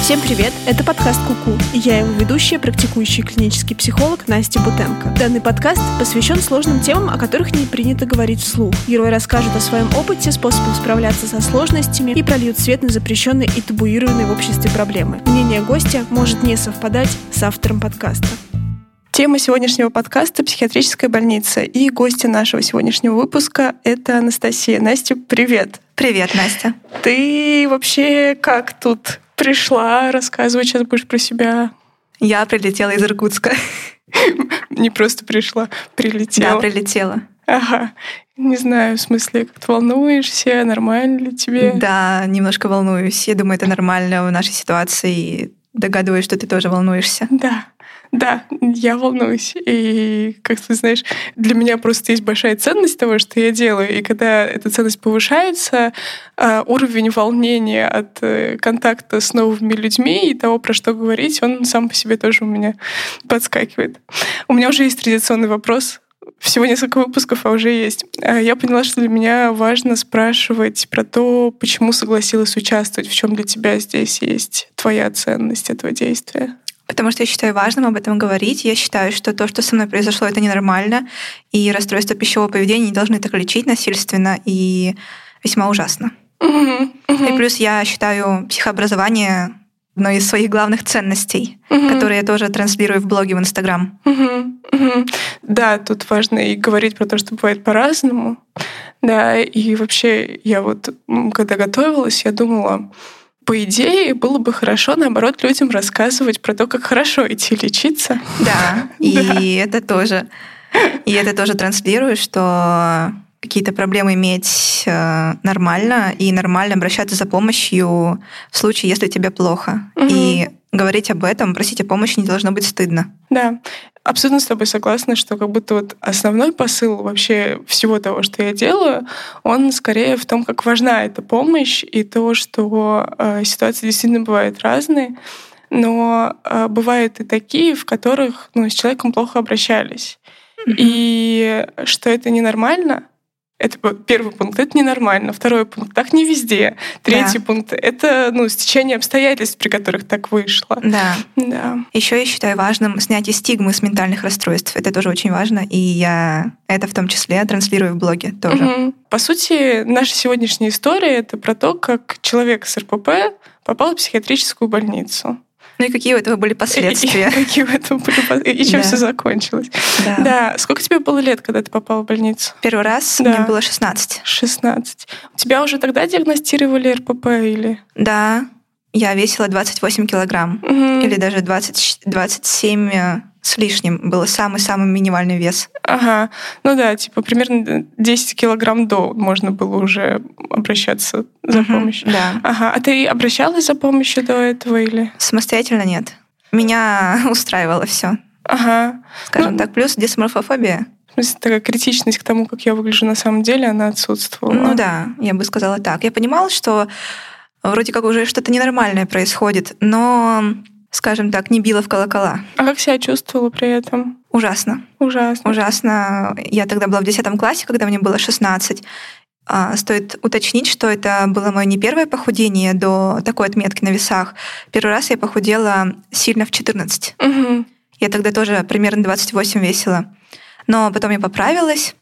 Всем привет! Это подкаст «Ку-ку», и я его ведущая, практикующий клинический психолог Настя Бутенко. Данный подкаст посвящен сложным темам, о которых не принято говорить вслух. Герой расскажет о своем опыте, способах справляться со сложностями и прольют свет на запрещенные и табуированные в обществе проблемы. Мнение гостя может не совпадать с автором подкаста. Тема сегодняшнего подкаста — психиатрическая больница. И гостья нашего сегодняшнего выпуска — это Анастасия. Настя, привет! Привет, Настя. Ты вообще как тут пришла? Рассказывай, сейчас будешь про себя. Я прилетела из Иркутска. Не просто пришла, прилетела. Да, прилетела. Ага. Не знаю, в смысле, как ты волнуешься, нормально ли тебе? Да, немножко волнуюсь. Я думаю, это нормально в нашей ситуации. Догадываюсь, что ты тоже волнуешься. Да, я волнуюсь. И, как ты знаешь, для меня просто есть большая ценность того, что я делаю. И когда эта ценность повышается, уровень волнения от контакта с новыми людьми и того, про что говорить, он сам по себе тоже у меня подскакивает. У меня уже есть традиционный вопрос. Всего несколько выпусков, а уже есть. Я поняла, что для меня важно спрашивать про то, почему согласилась участвовать, в чем для тебя здесь есть твоя ценность этого действия. Потому что я считаю важным об этом говорить. Я считаю, что то, что со мной произошло, это ненормально. И расстройство пищевого поведения не должны так лечить насильственно и весьма ужасно. И плюс я считаю психообразование одной из своих главных ценностей, которые я тоже транслирую в блоге в Инстаграм. Да, тут важно и говорить про то, что бывает по-разному. Да, и вообще я вот, когда готовилась, я думала, по идее, было бы хорошо, наоборот, людям рассказывать про то, как хорошо идти лечиться. Да, и это тоже. И это тоже транслирую, что какие-то проблемы иметь нормально, и нормально обращаться за помощью в случае, если тебе плохо. И говорить об этом, просить о помощи не должно быть стыдно. Да, абсолютно с тобой согласна, что как будто вот основной посыл вообще всего того, что я делаю, он скорее в том, как важна эта помощь, и то, что ситуации действительно бывают разные, но бывают и такие, в которых с человеком плохо обращались. И что это ненормально. Это первый пункт, это ненормально. Второй пункт, так не везде. Третий пункт, это стечение обстоятельств, при которых так вышло. Да. Еще я считаю важным снятие стигмы с ментальных расстройств. Это тоже очень важно, и я это в том числе транслирую в блоге тоже. По сути, наша сегодняшняя история — это про то, как человек с РПП попал в психиатрическую больницу. Ну и какие у этого были последствия? И чем все закончилось. Да. Сколько тебе было лет, когда ты попала в больницу? Первый раз мне было 16. 16. У тебя уже тогда диагностировали РПП или? Да. Я весила 28 килограмм. Или даже 27 с лишним. Был самый-самый минимальный вес. Ага. Примерно 10 килограмм до можно было уже обращаться за помощью. Да. Ага. А ты обращалась за помощью до этого или? Самостоятельно нет. Меня устраивало все. Ага. Скажем так. Плюс дисморфофобия. В смысле, такая критичность к тому, как я выгляжу на самом деле, она отсутствовала. Ну да, я бы сказала так. Я понимала, что вроде как уже что-то ненормальное происходит, но, скажем так, не била в колокола. А как себя чувствовала при этом? Ужасно. Ужасно. Я тогда была в 10 классе, когда мне было 16. Стоит уточнить, что это было мое не первое похудение до такой отметки на весах. Первый раз я похудела сильно в 14. Я тогда тоже примерно 28 весила. Но потом я поправилась.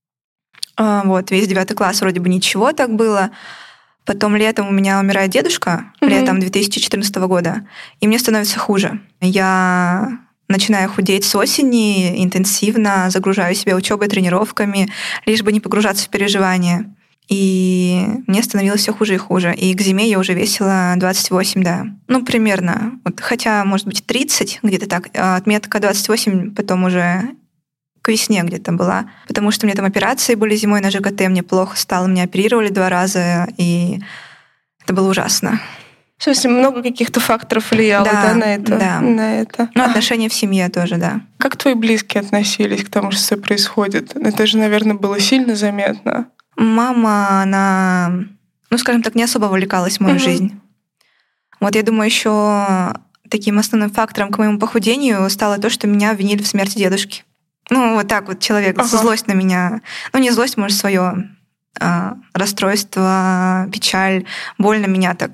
Весь 9 класс вроде бы ничего так было. Потом летом у меня умирает дедушка, летом 2014 года, и мне становится хуже. Я начинаю худеть с осени интенсивно, загружаю себя учебой, тренировками, лишь бы не погружаться в переживания. И мне становилось все хуже и хуже. И к зиме я уже весила 28, да. Примерно. Хотя, может быть, 30, где-то так. Отметка 28 потом уже к весне где-то была. Потому что у меня там операции были зимой на ЖКТ, мне плохо стало, меня оперировали 2 раза, и это было ужасно. В смысле, много каких-то факторов влияло, на это? Да. На это. Отношения в семье тоже, да. Как твои близкие относились к тому, что все происходит? Это же, наверное, было сильно заметно. Мама, она, скажем так, не особо вовлекалась в мою жизнь. Я думаю, еще таким основным фактором к моему похудению стало то, что меня обвинили в смерти дедушки. Человек, злость на меня. Не злость, может, свое расстройство, печаль, боль на меня так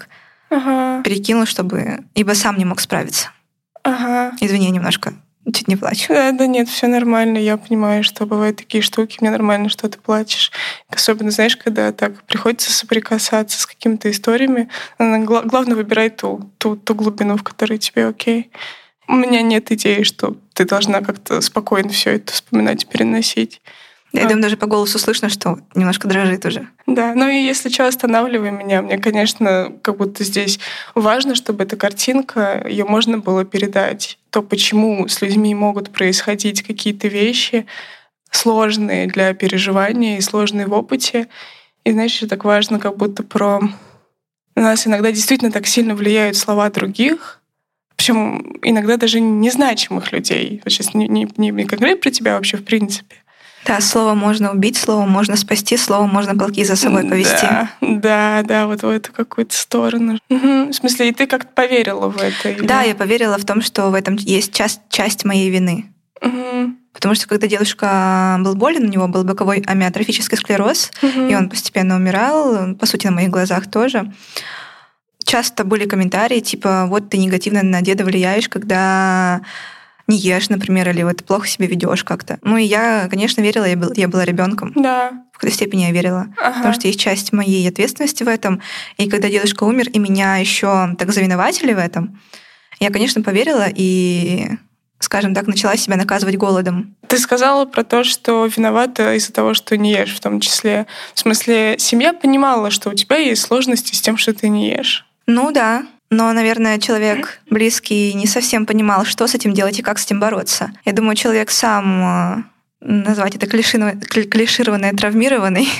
перекинул, чтобы... Ибо сам не мог справиться. Извини, я немножко чуть не плачу. Да, нет, все нормально. Я понимаю, что бывают такие штуки. Мне нормально, что ты плачешь. Особенно, знаешь, когда так приходится соприкасаться с какими-то историями. Главное, выбирай ту глубину, в которой тебе окей. У меня нет идеи, что ты должна как-то спокойно все это вспоминать и переносить. Я думаю, даже по голосу слышно, что немножко дрожит уже. Да, ну и если что, останавливай меня. Мне, конечно, как будто здесь важно, чтобы эта картинка, ее можно было передать. То, почему с людьми могут происходить какие-то вещи сложные для переживания и сложные в опыте. И, знаешь, еще так важно, как будто на нас иногда действительно так сильно влияют слова других, причем иногда даже незначимых людей. Вот сейчас не конкретно про тебя вообще в принципе. Да, слово можно убить, слово можно спасти, слово можно полки за собой повести. Да, вот в эту какую-то сторону. В смысле, и ты как-то поверила в это? Или... Да, я поверила в том, что в этом есть часть моей вины. Потому что когда дедушка был болен, у него был боковой амиотрофический склероз, и он постепенно умирал, по сути, на моих глазах тоже. Часто были комментарии, типа, вот ты негативно на деда влияешь, когда не ешь, например, или вот плохо себя ведешь как-то. Ну и я, конечно, верила, я была ребенком. Да. В какой-то степени я верила. Потому что есть часть моей ответственности в этом. И когда дедушка умер, и меня еще так завиноватили в этом, я, конечно, поверила и, скажем так, начала себя наказывать голодом. Ты сказала про то, что виновата из-за того, что не ешь в том числе. В смысле, семья понимала, что у тебя есть сложности с тем, что ты не ешь. Ну да. Но, наверное, человек близкий не совсем понимал, что с этим делать и как с этим бороться. Я думаю, человек сам, назвать это клишированный, травмированный,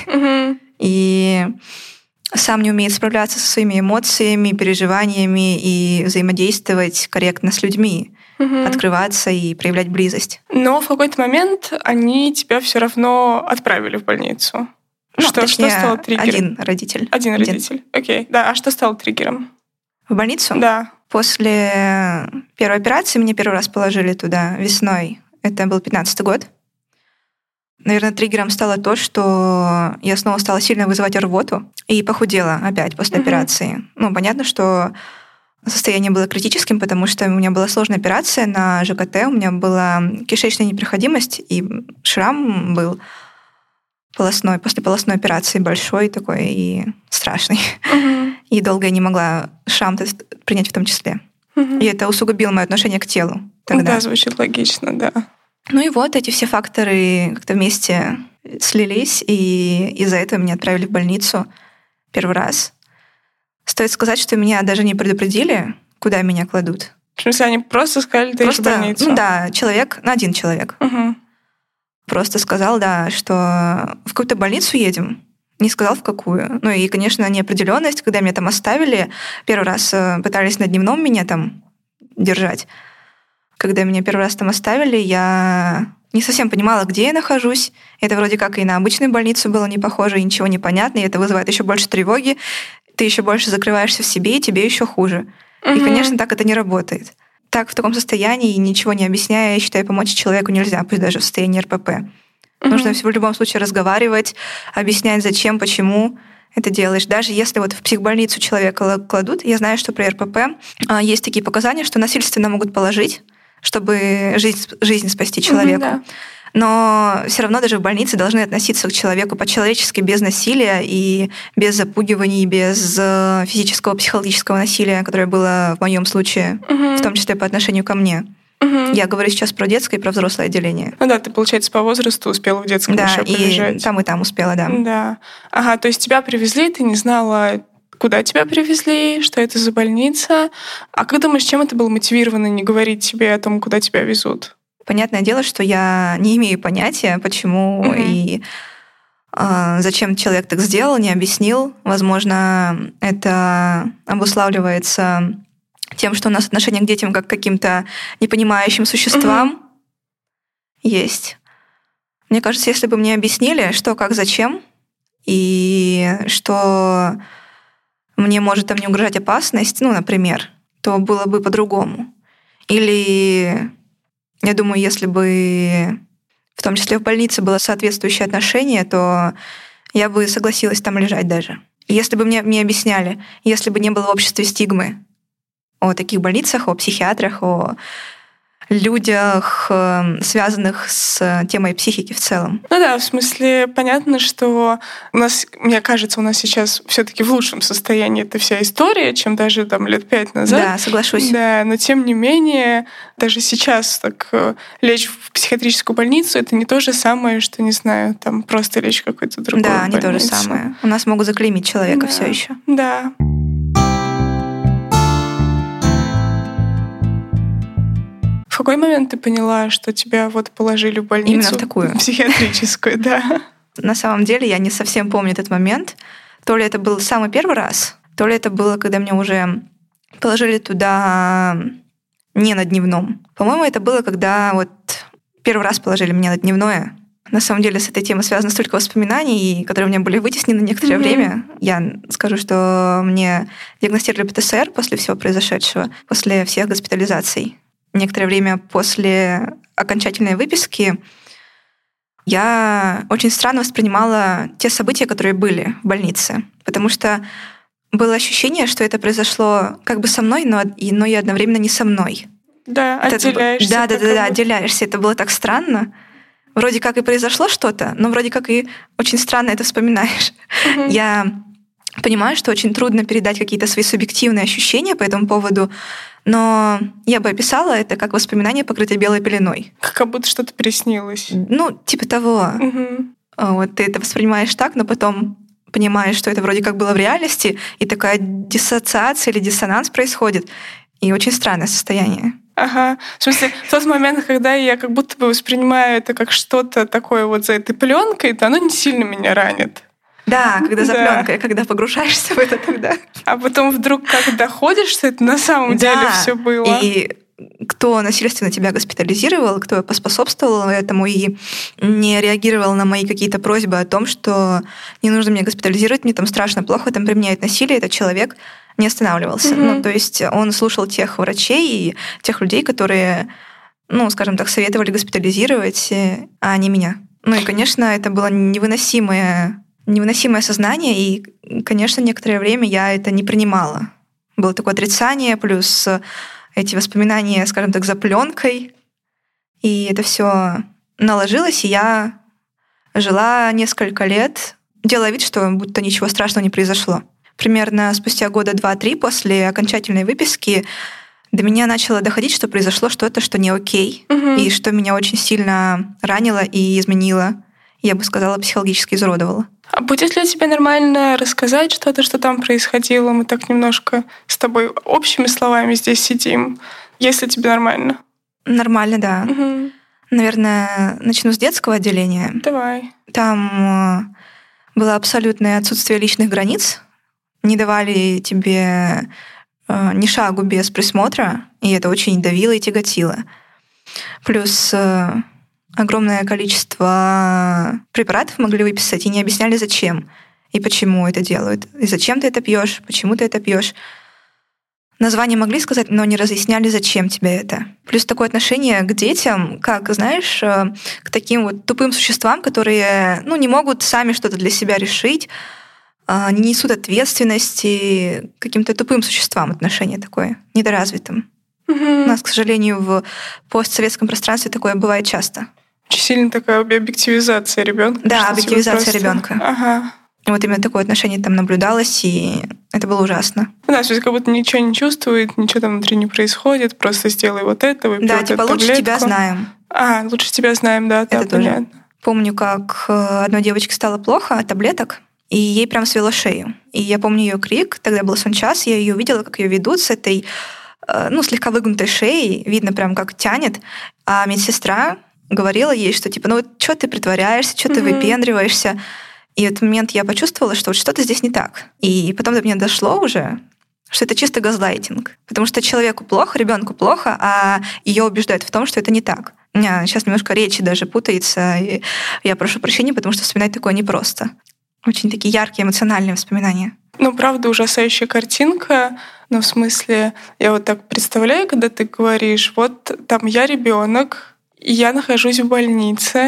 и сам не умеет справляться со своими эмоциями, переживаниями и взаимодействовать корректно с людьми, открываться и проявлять близость. Но в какой-то момент они тебя все равно отправили в больницу. Что стало триггером? Один родитель. Окей. Да, а что стало триггером? В больницу? Да. После первой операции меня первый раз положили туда весной. Это был 15-й год. Наверное, триггером стало то, что я снова стала сильно вызывать рвоту и похудела опять после операции. Ну, понятно, что состояние было критическим, потому что у меня была сложная операция на ЖКТ, у меня была кишечная непроходимость, и шрам был послеполостной операции большой такой и страшный. И долго я не могла шрам принять в том числе. И это усугубило мое отношение к телу тогда. Да, звучит логично, да. Ну и вот эти все факторы как-то вместе слились, и из-за этого меня отправили в больницу первый раз. Стоит сказать, что меня даже не предупредили, куда меня кладут. В смысле, они просто сказали, ты в больницу? Ну да, один человек. Просто сказал, да, что в какую-то больницу едем. Не сказал, в какую. Ну и, конечно, неопределенность, когда меня там оставили. Первый раз пытались на дневном меня там держать. Когда меня первый раз там оставили, я не совсем понимала, где я нахожусь. Это вроде как и на обычную больницу было не похоже, и ничего не понятно, и это вызывает еще больше тревоги. Ты еще больше закрываешься в себе, и тебе еще хуже. И, конечно, так это не работает. Так, в таком состоянии, ничего не объясняя, я считаю, помочь человеку нельзя, пусть даже в состоянии РПП. Нужно в любом случае разговаривать, объяснять, зачем, почему это делаешь. Даже если вот в психбольницу человека кладут, я знаю, что при РПП есть такие показания, что насильственно могут положить, чтобы жизнь спасти человеку. Да. Но все равно даже в больнице должны относиться к человеку по-человечески, без насилия и без запугиваний, без физического, психологического насилия, которое было в моем случае, в том числе по отношению ко мне. Я говорю сейчас про детское и про взрослое отделение. Ну да, ты, получается, по возрасту успела в детском еще полежать. Да, и там успела, да. Да. Ага, то есть тебя привезли, ты не знала, куда тебя привезли, что это за больница. А как думаешь, чем это было мотивировано не говорить тебе о том, куда тебя везут? Понятное дело, что я не имею понятия, почему и зачем человек так сделал, не объяснил. Возможно, это обуславливается тем, что у нас отношение к детям как к каким-то непонимающим существам есть. Мне кажется, если бы мне объяснили, что, как, зачем, и что мне может там не угрожать опасность, ну, например, то было бы по-другому. Или, я думаю, если бы в том числе в больнице было соответствующее отношение, то я бы согласилась там лежать даже. Если бы мне не объясняли, если бы не было в обществе стигмы о таких больницах, о психиатрах, о людях, связанных с темой психики в целом. Ну да, в смысле, понятно, что у нас, мне кажется, у нас сейчас все-таки в лучшем состоянии эта вся история, чем даже там лет 5 назад. Да, соглашусь. Да, но тем не менее, даже сейчас так лечь в психиатрическую больницу — это не то же самое, что, не знаю, там просто лечь в какой-то другой больницу. Да, не то же самое. У нас могут заклеймить человека все еще. Да. В какой момент ты поняла, что тебя вот положили в больницу? Именно в такую. Психиатрическую, да. На самом деле я не совсем помню этот момент. То ли это был самый первый раз, то ли это было, когда меня уже положили туда не на дневном. По-моему, это было, когда вот первый раз положили меня на дневное. На самом деле с этой темой связано столько воспоминаний, которые у меня были вытеснены некоторое время. Я скажу, что мне диагностировали ПТСР после всего произошедшего, после всех госпитализаций. Некоторое время после окончательной выписки я очень странно воспринимала те события, которые были в больнице, потому что было ощущение, что это произошло как бы со мной, но и одновременно не со мной. Да, отделяешься. Да, отделяешься. Это было так странно. Вроде как и произошло что-то, но вроде как и очень странно это вспоминаешь. Угу. Я понимаю, что очень трудно передать какие-то свои субъективные ощущения по этому поводу, но я бы описала это как воспоминание, покрытое белой пеленой. Как будто что-то приснилось. Ну, типа того. Угу. Вот ты это воспринимаешь так, но потом понимаешь, что это вроде как было в реальности, и такая диссоциация или диссонанс происходит. И очень странное состояние. Ага. В смысле, в тот момент, когда я как будто бы воспринимаю это как что-то такое вот за этой пленкой, то оно не сильно меня ранит. Да, когда за пленкой, когда погружаешься в это тогда. А потом вдруг как доходишь, что это на самом деле все было. И кто насильственно тебя госпитализировал, кто поспособствовал этому и не реагировал на мои какие-то просьбы о том, что не нужно меня госпитализировать, мне там страшно, плохо, там применяют насилие, этот человек не останавливался. Угу. Ну, то есть он слушал тех врачей и тех людей, которые, ну, скажем так, советовали госпитализировать, а не меня. Ну и, конечно, это было невыносимое сознание, и, конечно, некоторое время я это не принимала. Было такое отрицание, плюс эти воспоминания, скажем так, за пленкой. И это все наложилось, и я жила несколько лет, делая вид, что будто ничего страшного не произошло. Примерно спустя года 2-3 после окончательной выписки до меня начало доходить, что произошло что-то, что не окей, и что меня очень сильно ранило и изменило. Я бы сказала, психологически изуродовало. А будет ли тебе нормально рассказать что-то, что там происходило? Мы так немножко с тобой общими словами здесь сидим. Если тебе нормально? Нормально, да. Угу. Наверное, начну с детского отделения. Давай. Там было абсолютное отсутствие личных границ. Не давали тебе ни шагу без присмотра, и это очень давило и тяготило. Плюс огромное количество препаратов могли выписать и не объясняли, зачем и почему это делают. И зачем ты это пьешь, почему ты это пьешь. Название могли сказать, но не разъясняли, зачем тебе это. Плюс такое отношение к детям, как, знаешь, к таким вот тупым существам, которые не могут сами что-то для себя решить, не несут ответственности, каким-то тупым существам отношение такое, недоразвитым. У нас, к сожалению, в постсоветском пространстве такое бывает часто. Очень сильно такая объективизация ребенка. Да, объективизация ребенка. Ага. Вот именно такое отношение там наблюдалось, и это было ужасно. Да, то есть как будто ничего не чувствует, ничего там внутри не происходит, просто сделай вот это, выпей да, вот типа эту лучше таблетку. тебя знаем. Лучше тебя знаем, да, это понятно. Тоже. Помню, как одной девочке стало плохо от таблеток, и ей прям свело шею. И я помню ее крик, тогда был сон-час, я ее видела, как ее ведут с этой, слегка выгнутой шеей, видно прям, как тянет, а медсестра говорила ей, что типа, что ты притворяешься, что ты выпендриваешься. И в этот момент я почувствовала, что вот что-то здесь не так. И потом до меня дошло уже, что это чисто газлайтинг. Потому что человеку плохо, ребенку плохо, а ее убеждают в том, что это не так. У меня сейчас немножко речи даже путается, и я прошу прощения, потому что вспоминать такое непросто. Очень такие яркие эмоциональные воспоминания. Правда, ужасающая картинка. В смысле, я вот так представляю, когда ты говоришь, вот там я ребенок, и я нахожусь в больнице,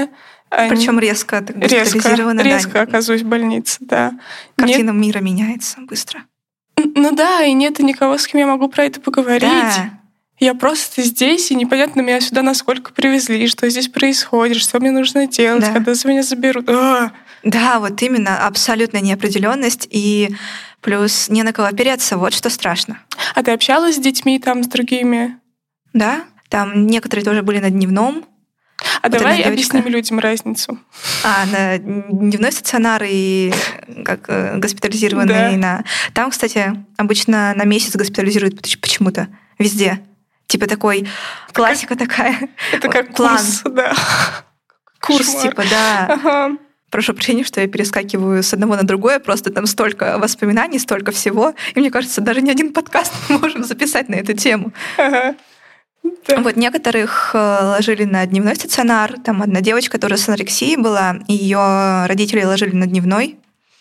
Причем резко госпитализирована. Резко оказываюсь в больнице, да. Картина мира меняется быстро. Ну да, и нет никого, с кем я могу про это поговорить. Да. Я просто здесь, и непонятно, меня сюда насколько привезли, что здесь происходит, что мне нужно делать, когда за меня заберут. Да, вот именно, абсолютная неопределенность, и плюс не на кого опереться, вот что страшно. А ты общалась с детьми там, с другими? Да, там некоторые тоже были на дневном. А вот давай объясним людям разницу. На дневной стационар и как госпитализированный на... Там, кстати, обычно на месяц госпитализируют почему-то везде. Типа такой, классика такая. Это как план. Курс, да. Курс, типа, да. Ага. Прошу прощения, что я перескакиваю с одного на другое, просто там столько воспоминаний, столько всего. И мне кажется, даже ни один подкаст не можем записать на эту тему. Ага. Да. Вот некоторых ложили на дневной стационар. Там одна девочка, которая с анорексией была, и ее родители ложили на дневной.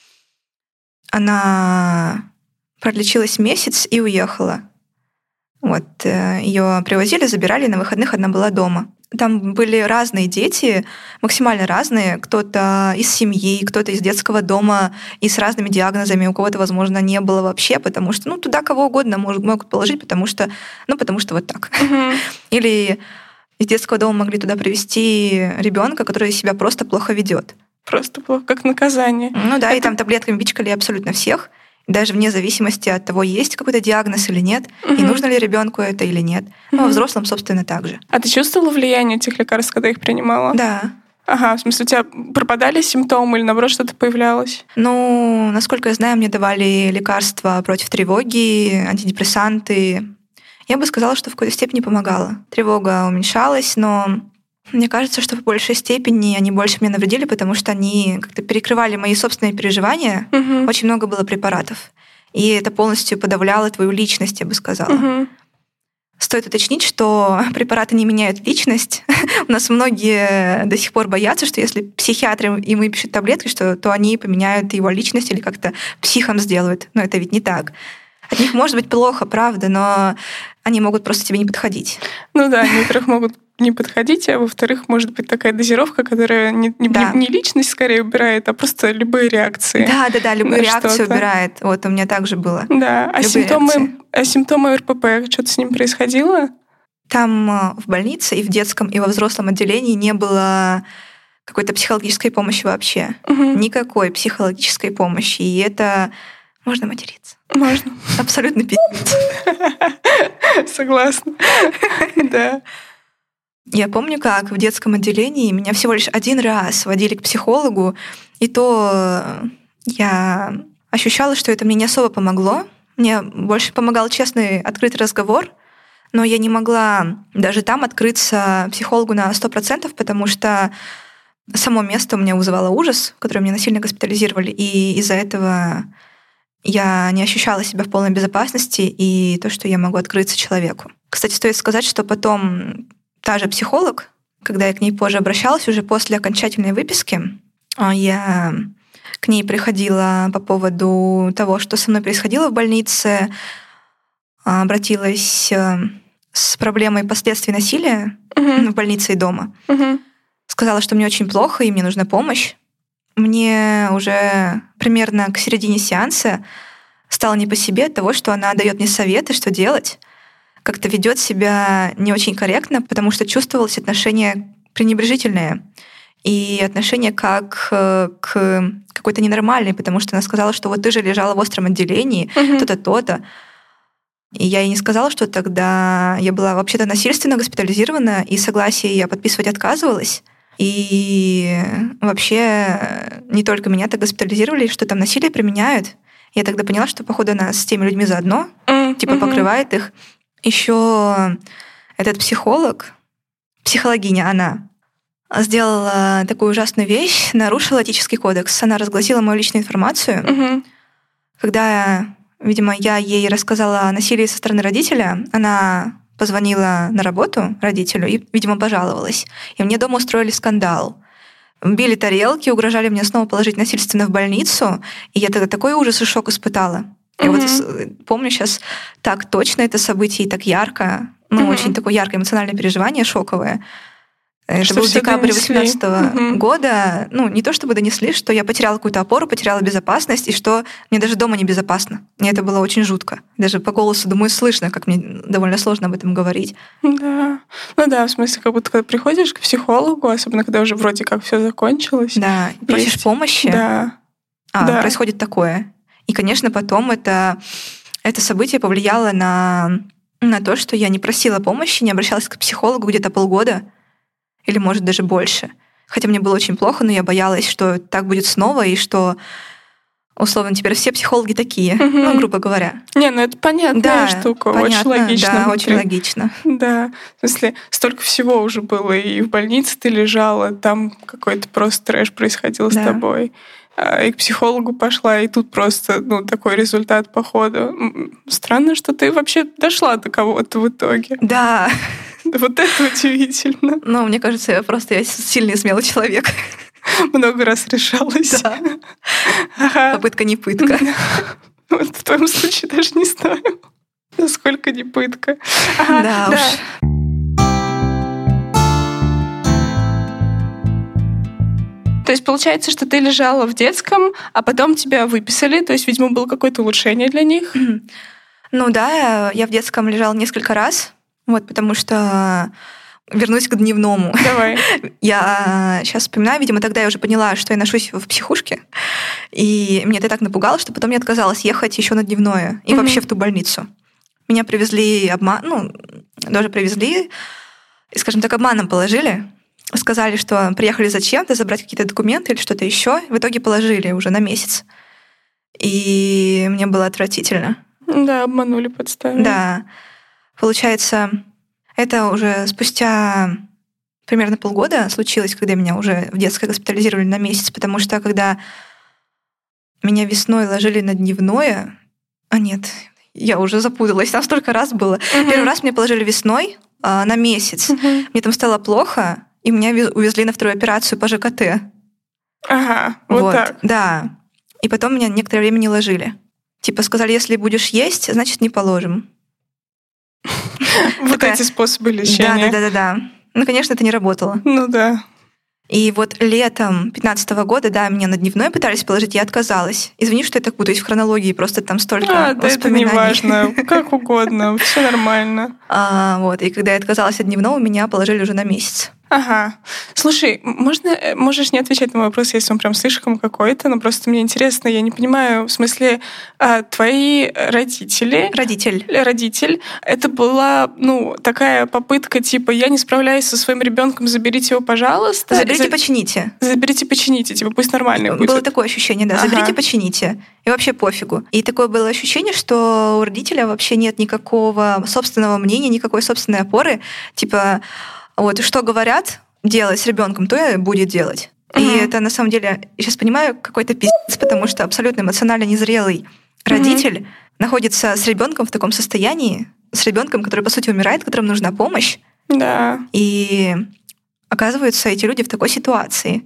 Она пролечилась месяц и уехала. Вот ее привозили, забирали, на выходных она была дома. Там были разные дети, максимально разные. Кто-то из семьи, кто-то из детского дома и с разными диагнозами. У кого-то, возможно, не было вообще, потому что туда кого угодно могут положить, потому что вот так. Угу. Или из детского дома могли туда привезти ребенка, который себя просто плохо ведет. Просто плохо, как наказание. И там таблетками пичкали абсолютно всех. Даже вне зависимости от того, есть какой-то диагноз или нет, и нужно ли ребенку это или нет. А взрослым, собственно, так же. А ты чувствовала влияние этих лекарств, когда их принимала? Да. Ага, в смысле, у тебя пропадали симптомы или, наоборот, что-то появлялось? Насколько я знаю, мне давали лекарства против тревоги, антидепрессанты. Я бы сказала, что в какой-то степени помогало. Тревога уменьшалась, но мне кажется, что в большей степени они больше мне навредили, потому что они как-то перекрывали мои собственные переживания. Угу. Очень много было препаратов. И это полностью подавляло твою личность, я бы сказала. Угу. Стоит уточнить, что препараты не меняют личность. У нас многие до сих пор боятся, что если психиатры им выпишут таблетки, то они поменяют его личность или как-то психом сделают. Но это ведь не так. От них может быть плохо, правда, но они могут просто тебе не подходить. Во-первых, могут не подходить, а во-вторых, может быть такая дозировка, которая не личность скорее убирает, а просто любые реакции. Да, любые реакции убирает. Вот у меня так же было. Да, а симптомы РПП, что-то с ним происходило? Там в больнице и в детском, и во взрослом отделении не было какой-то психологической помощи вообще. Угу. Никакой психологической помощи. И это... Можно материться? Можно. Абсолютно пиздец. Согласна. Да. Я помню, как в детском отделении меня всего лишь один раз водили к психологу, и то я ощущала, что это мне не особо помогло. Мне больше помогал честный, открытый разговор, но я не могла даже там открыться психологу на 100%, потому что само место у меня вызывало ужас, которое меня насильно госпитализировали, и из-за этого я не ощущала себя в полной безопасности и то, что я могу открыться человеку. Кстати, стоит сказать, что потом та же психолог, когда я к ней позже обращалась, уже после окончательной выписки, я к ней приходила по поводу того, что со мной происходило в больнице, обратилась с проблемой последствий насилия в больнице и дома. Сказала, что мне очень плохо и мне нужна помощь. Мне уже примерно к середине сеанса стало не по себе от того, что она дает мне советы, что делать, как-то ведет себя не очень корректно, потому что чувствовалось отношение пренебрежительное и отношение как к какой-то ненормальной, потому что она сказала, что вот ты же лежала в остром отделении, то-то, то-то. И я ей не сказала, что тогда я была вообще-то насильственно госпитализирована, и согласие я подписывать отказывалась. И вообще не только меня так госпитализировали, что там насилие применяют. Я тогда поняла, что, походу, она с теми людьми заодно, типа покрывает их. Еще этот психолог, психологиня она, сделала такую ужасную вещь, нарушила этический кодекс. Она разгласила мою личную информацию. Когда, видимо, я ей рассказала о насилии со стороны родителя, она позвонила на работу родителю и, видимо, пожаловалась. И мне дома устроили скандал. Били тарелки, угрожали мне снова положить насильственно в больницу. И я тогда такой ужас и шок испытала. Я вот помню сейчас так точно это событие и так ярко. Очень такое яркое эмоциональное переживание, шоковое. Это был декабрь 2018 года. Ну, не то чтобы донесли, что я потеряла какую-то опору, потеряла безопасность, и что мне даже дома небезопасно. Мне это было очень жутко. Даже по голосу, думаю, слышно, как мне довольно сложно об этом говорить. Да. Ну да, в смысле, как будто когда приходишь к психологу, особенно когда уже вроде как все закончилось. Да, просишь помощи. Да. Происходит такое. И, конечно, потом это событие повлияло на то, что я не просила помощи, не обращалась к психологу где-то полгода, или, может, даже больше. Хотя мне было очень плохо, но я боялась, что так будет снова, и что, условно, теперь все психологи такие, ну, грубо говоря. Не, ну это понятная штука, понятно, очень логично. Да, очень логично. Да, в смысле, столько всего уже было, и в больнице ты лежала, там какой-то просто трэш происходил с тобой. И к психологу пошла, и тут просто такой результат похода. Странно, что ты вообще дошла до кого-то в итоге. Да. Вот это удивительно. Ну, мне кажется, я сильный и смелый человек. Много раз решалась. Да. Попытка не пытка. Вот в твоем случае даже не знаю, насколько не пытка. Да уж. То есть получается, что ты лежала в детском, а потом тебя выписали, то есть, видимо, было какое-то улучшение для них? Ну да, я в детском лежала несколько раз, потому что вернусь к дневному. Давай. Я сейчас вспоминаю, видимо, тогда я уже поняла, что я ношусь в психушке, и меня это так напугало, что потом я отказалась ехать еще на дневное и вообще в ту больницу. Меня привезли даже привезли, и, скажем так, обманом положили. Сказали, что приехали зачем-то, забрать какие-то документы или что-то еще. В итоге положили уже на месяц. И мне было отвратительно. Да, обманули, подставили. Да. Получается, это уже спустя примерно полгода случилось, когда меня уже в детской госпитализировали на месяц, потому что когда меня весной ложили на дневное... нет, я уже запуталась, там столько раз было. Первый раз меня положили весной на месяц. Мне там стало плохо, и меня увезли на вторую операцию по ЖКТ. Ага, вот так. Да. И потом меня некоторое время не ложили. Типа сказали, если будешь есть, значит, не положим. Вот эти способы лечения. Да. Ну, конечно, это не работало. Ну да. И вот летом 2015 года, меня на дневной пытались положить, я отказалась. Извини, что я так путаюсь в хронологии, просто там столько воспоминаний. Это не важно, как угодно, все нормально. И когда я отказалась от дневного, меня положили уже на месяц. Ага. Слушай, можешь не отвечать на мой вопрос, если он прям слишком какой-то, но просто мне интересно, я не понимаю, в смысле, твои родители... Родитель. Это была, такая попытка, типа, я не справляюсь со своим ребенком, заберите его, пожалуйста. Почините. Заберите, почините, типа, пусть нормальный будет. Было такое ощущение, да, заберите, почините. И вообще пофигу. И такое было ощущение, что у родителя вообще нет никакого собственного мнения, никакой собственной опоры, типа... что говорят делать с ребенком, то и будет делать. И это, на самом деле, я сейчас понимаю, какой-то пиздец, потому что абсолютно эмоционально незрелый родитель находится с ребенком в таком состоянии, с ребенком, который, по сути, умирает, которому нужна помощь. Да. И оказываются эти люди в такой ситуации.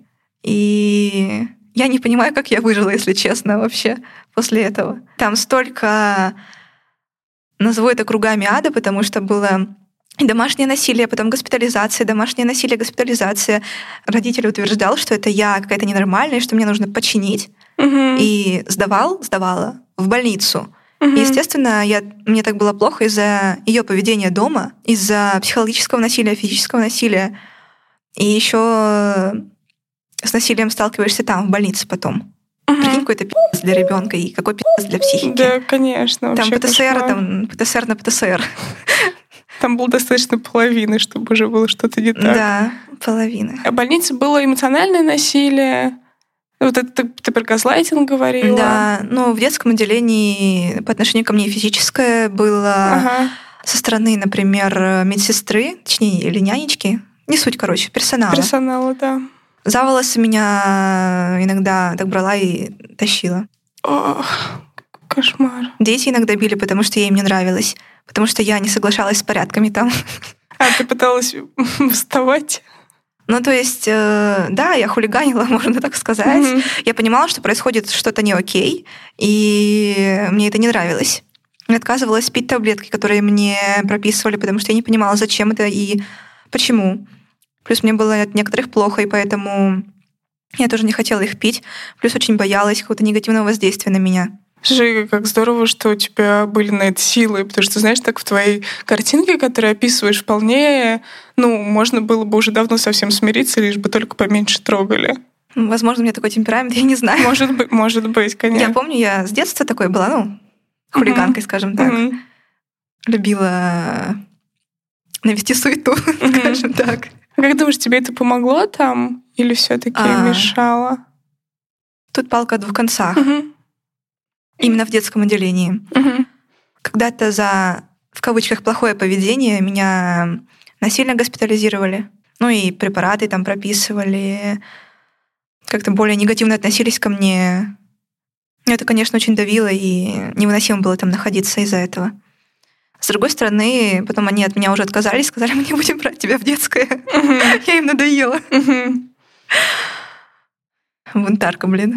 И я не понимаю, как я выжила, если честно, вообще, после этого. Там столько... Назову это кругами ада, потому что было... домашнее насилие, потом госпитализация, домашнее насилие, госпитализация. Родитель утверждал, что это я какая-то ненормальная, что мне нужно починить. И сдавала в больницу. И, естественно, мне так было плохо из-за ее поведения дома, из-за психологического насилия, физического насилия. И еще с насилием сталкиваешься там, в больнице потом. Прикинь, какой-то пи***ц для ребенка и какой пи***ц для психики. Да, конечно. Там ПТСР на ПТСР. Там было достаточно половины, чтобы уже было что-то не так. Да, половины. А в больнице было эмоциональное насилие. Вот это ты про газлайтинг говорила. Да, в детском отделении по отношению ко мне физическое было со стороны, например, медсестры, точнее, или нянечки. Не суть, персонала. Персонала, да. За волосы меня иногда так брала и тащила. Ох, кошмар. Дети иногда били, потому что я им не нравилась. Потому что я не соглашалась с порядками там. А ты пыталась вставать? То есть, да, я хулиганила, можно так сказать. Я понимала, что происходит что-то не окей, и мне это не нравилось. Я отказывалась пить таблетки, которые мне прописывали, потому что я не понимала, зачем это и почему. Плюс мне было от некоторых плохо, и поэтому я тоже не хотела их пить. Плюс очень боялась какого-то негативного воздействия на меня. Слушай, как здорово, что у тебя были на это силы, потому что, знаешь, так в твоей картинке, которую описываешь, вполне, можно было бы уже давно совсем смириться, лишь бы только поменьше трогали. Возможно, у меня такой темперамент, я не знаю. Может быть, конечно. Я помню, я с детства такой была, хулиганкой, скажем так. Любила навести суету, скажем так. А как думаешь, тебе это помогло там или все-таки мешало? Тут палка о двух концах. Именно в детском отделении. Когда-то за, в кавычках, плохое поведение меня насильно госпитализировали. И препараты там прописывали. Как-то более негативно относились ко мне. Это, конечно, очень давило, и невыносимо было там находиться из-за этого. С другой стороны, потом они от меня уже отказались, сказали, мы не будем брать тебя в детское. Я им надоела. Бунтарка, блин.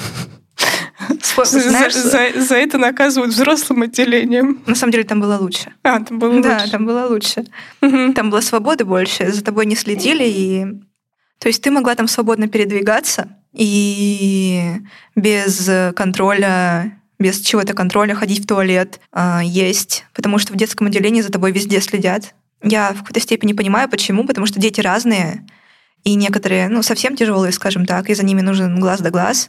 За это наказывают взрослым отделением. На самом деле там было лучше. Там было лучше. Да, там было лучше. Там была свобода больше, за тобой не следили. И... То есть ты могла там свободно передвигаться и без контроля, без чего-то контроля ходить в туалет, есть. Потому что в детском отделении за тобой везде следят. Я в какой-то степени понимаю, почему. Потому что дети разные. И некоторые, совсем тяжелые, скажем так, и за ними нужен глаз да глаз.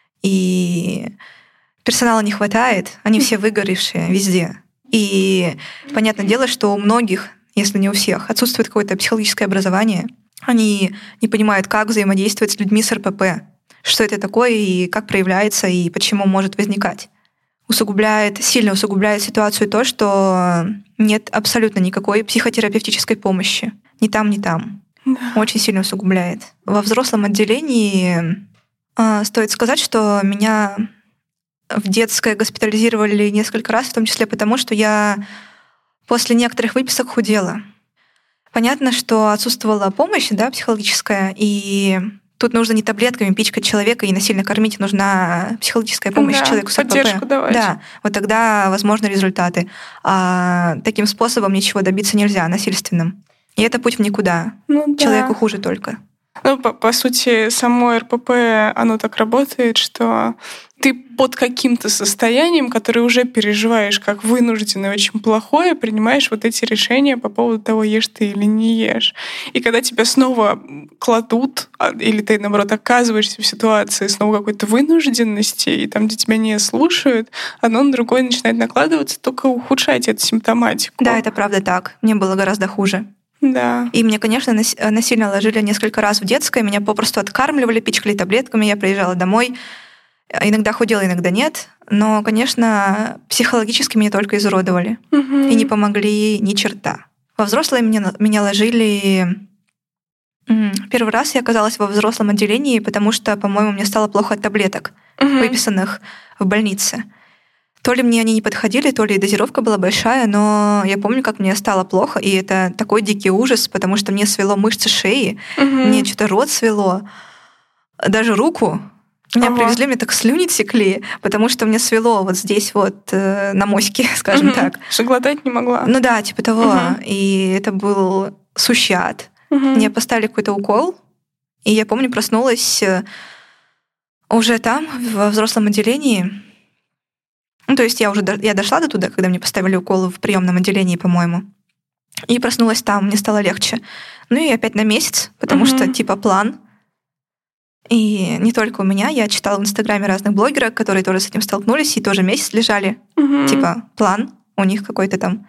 И персонала не хватает, они все выгоревшие везде. И понятное дело, что у многих, если не у всех, отсутствует какое-то психологическое образование. Они не понимают, как взаимодействовать с людьми с РПП, что это такое и как проявляется, и почему может возникать. Сильно усугубляет ситуацию то, что нет абсолютно никакой психотерапевтической помощи. Ни там, ни там. Да. Очень сильно усугубляет. Во взрослом отделении стоит сказать, что меня в детское госпитализировали несколько раз, в том числе потому, что я после некоторых выписок худела. Понятно, что отсутствовала помощь, психологическая, и тут нужно не таблетками пичкать человека и насильно кормить, нужна психологическая помощь человеку с РПП. Поддержку давать. Да, вот тогда возможны результаты. А таким способом ничего добиться нельзя, насильственным. И это путь в никуда. Человеку хуже только. По сути, само РПП, оно так работает, что ты под каким-то состоянием, которое уже переживаешь как вынужденное, очень плохое, принимаешь вот эти решения по поводу того, ешь ты или не ешь. И когда тебя снова кладут, или ты, наоборот, оказываешься в ситуации снова какой-то вынужденности, и там, где тебя не слушают, одно на другое начинает накладываться, только ухудшать эту симптоматику. Да, это правда так. Мне было гораздо хуже. Да. И мне, конечно, насильно ложили несколько раз в детское, меня попросту откармливали, пичкали таблетками, я приезжала домой, иногда худела, иногда нет, но, конечно, психологически меня только изуродовали и не помогли ни черта. Во взрослые меня ложили... Первый раз я оказалась во взрослом отделении, потому что, по-моему, мне стало плохо от таблеток, выписанных в больнице. То ли мне они не подходили, то ли дозировка была большая, но я помню, как мне стало плохо, и это такой дикий ужас, потому что мне свело мышцы шеи, мне что-то рот свело, даже руку. Меня привезли, мне так слюни текли, потому что мне свело вот здесь вот на моське, скажем так. Что глотать не могла. Да, типа того. И это был сущий ад. Мне поставили какой-то укол, и я помню, проснулась уже там, во взрослом отделении. То есть я дошла до туда, когда мне поставили уколы в приемном отделении, по-моему, и проснулась там, мне стало легче. И опять на месяц, потому что типа план. И не только у меня, я читала в Инстаграме разных блогеров, которые тоже с этим столкнулись и тоже месяц лежали. Типа план у них какой-то там.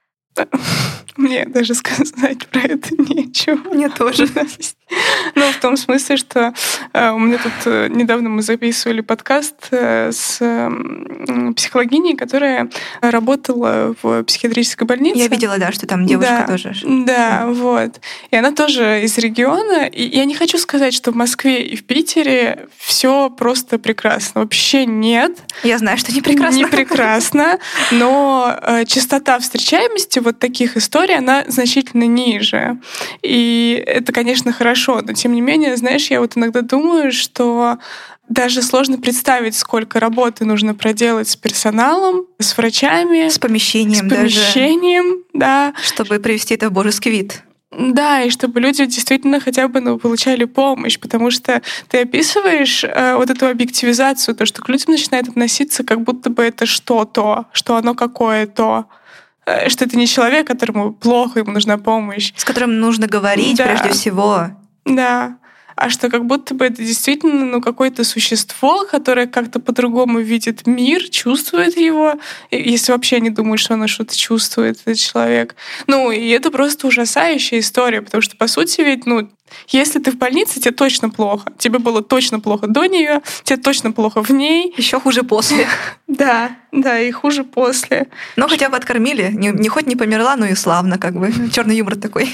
Мне даже сказать про это нечего. Мне тоже. В том смысле, что у меня тут недавно мы записывали подкаст с психологиней, которая работала в психиатрической больнице. Я видела, да, что там девушка тоже. Да, вот. И она тоже из региона. И я не хочу сказать, что в Москве и в Питере все просто прекрасно. Вообще нет. Я знаю, что не прекрасно. Не прекрасно, но частота встречаемости вот таких историй, она значительно ниже. И это, конечно, хорошо, но тем не менее, знаешь, я вот иногда думаю, что даже сложно представить, сколько работы нужно проделать с персоналом, с врачами. С помещением да. Чтобы привести это в божеский вид. Да, и чтобы люди действительно хотя бы получали помощь, потому что ты описываешь вот эту объективизацию, то, что к людям начинает относиться, как будто бы это что-то, что оно какое-то, что это не человек, которому плохо, ему нужна помощь. С которым нужно говорить прежде всего. Да. А что как будто бы это действительно какое-то существо, которое как-то по-другому видит мир, чувствует его, если вообще не думает, что оно что-то чувствует, этот человек. И это просто ужасающая история, потому что, по сути, ведь, если ты в больнице, тебе точно плохо. Тебе было точно плохо до нее, тебе точно плохо в ней. Еще хуже после. Да, и хуже после. Но хотя бы откормили. Не хоть не померла, но и славно, как бы. Черный юмор такой.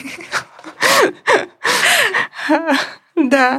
Да.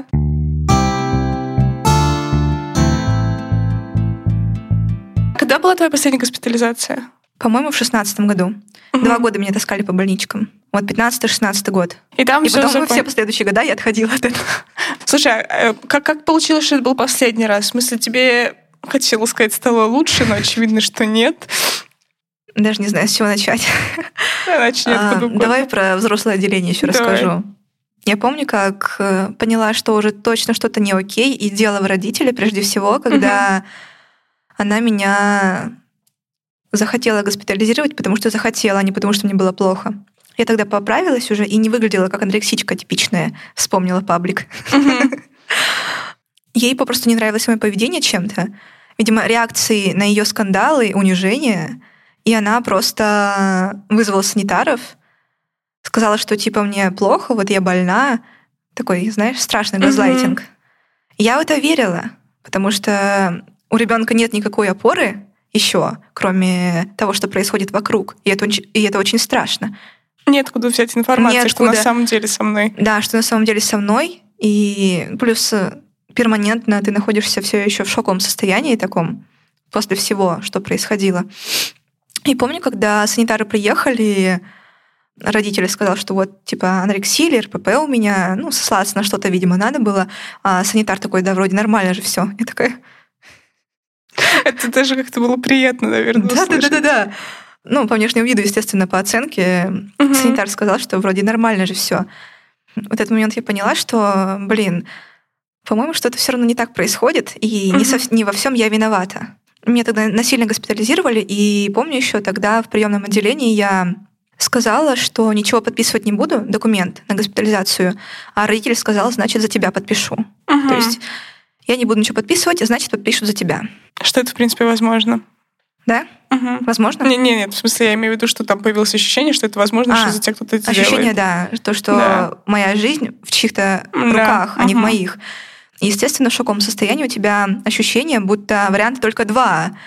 Когда была твоя последняя госпитализация? По-моему, в 16-м году. 2 года меня таскали по больничкам. 15-16 год. И потом все последующие года я отходила от этого. Слушай, а как получилось, что это был последний раз? В смысле, тебе, хотела сказать, стало лучше, но очевидно, что нет. Даже не знаю, с чего начать. Давай про взрослое отделение еще расскажу. Я помню, как поняла, что уже точно что-то не окей, и дело в родителе прежде всего, когда она меня захотела госпитализировать, потому что захотела, а не потому что мне было плохо. Я тогда поправилась уже и не выглядела как анорексичка типичная, вспомнила паблик. Ей попросту не нравилось мое поведение чем-то. Видимо, реакции на ее скандалы, унижение, и она просто вызвала санитаров, сказала, что типа мне плохо, вот я больна. Такой, знаешь, страшный газлайтинг. Я в это верила, потому что у ребенка нет никакой опоры еще, кроме того, что происходит вокруг. И это очень страшно. Неоткуда взять информацию, что на самом деле со мной. Да, что на самом деле со мной. И плюс перманентно ты находишься все еще в шоковом состоянии таком, после всего, что происходило. И помню, когда санитары приехали, родители сказали, что вот, типа, анорексия или РПП у меня, сослаться на что-то, видимо, надо было. А санитар такой, да, вроде нормально же все. Я такая... Это даже как-то было приятно, наверное, услышать. Да. По внешнему виду, естественно, по оценке, санитар сказал, что вроде нормально же все. В этот момент я поняла, что, по-моему, что-то все равно не так происходит, и не во всем я виновата. Меня тогда насильно госпитализировали, и помню еще тогда в приемном отделении я сказала, что ничего подписывать не буду, документ на госпитализацию, а родитель сказал, значит, за тебя подпишу. То есть я не буду ничего подписывать, значит, подпишут за тебя. Что это, в принципе, возможно. Да? Возможно? Нет, в смысле, я имею в виду, что там появилось ощущение, что это возможно, что за тебя кто-то это делает. Ощущение, да. То, что моя жизнь в чьих-то руках, а не в моих. Естественно, в шоковом состоянии у тебя ощущение, будто варианта только 2,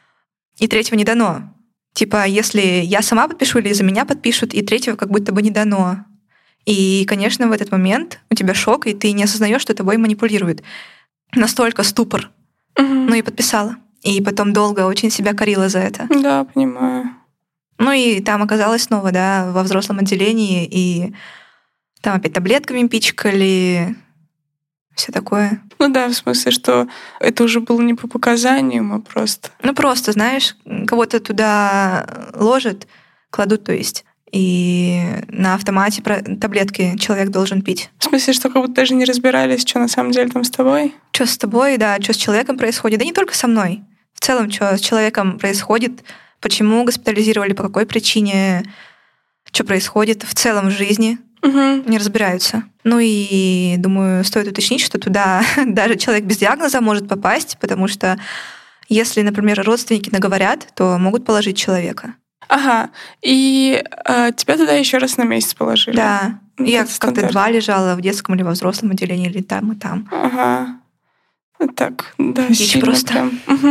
и 3-го не дано. Типа, если я сама подпишу или за меня подпишут, и 3-го как будто бы не дано. И, конечно, в этот момент у тебя шок, и ты не осознаешь, что тобой манипулируют. Настолько ступор. И подписала. И потом долго очень себя корила за это. Да, понимаю. И там оказалось снова, да, во взрослом отделении, и там опять таблетками пичкали, все такое. Да, в смысле, что это уже было не по показаниям, а просто... Просто, знаешь, кого-то туда ложат, кладут, то есть, и на автомате таблетки человек должен пить. В смысле, что как будто даже не разбирались, что на самом деле там с тобой? Что с тобой, да, что с человеком происходит. Да не только со мной. В целом, что с человеком происходит, почему госпитализировали, по какой причине, что происходит в целом в жизни. Не разбираются. И, думаю, стоит уточнить, что туда даже человек без диагноза может попасть, потому что если, например, родственники наговорят, то могут положить человека. Ага. И тебя туда еще раз на месяц положили? Да. Я как-то 2 лежала в детском или во взрослом отделении, или там и там. Ага. Так, да, дичь просто.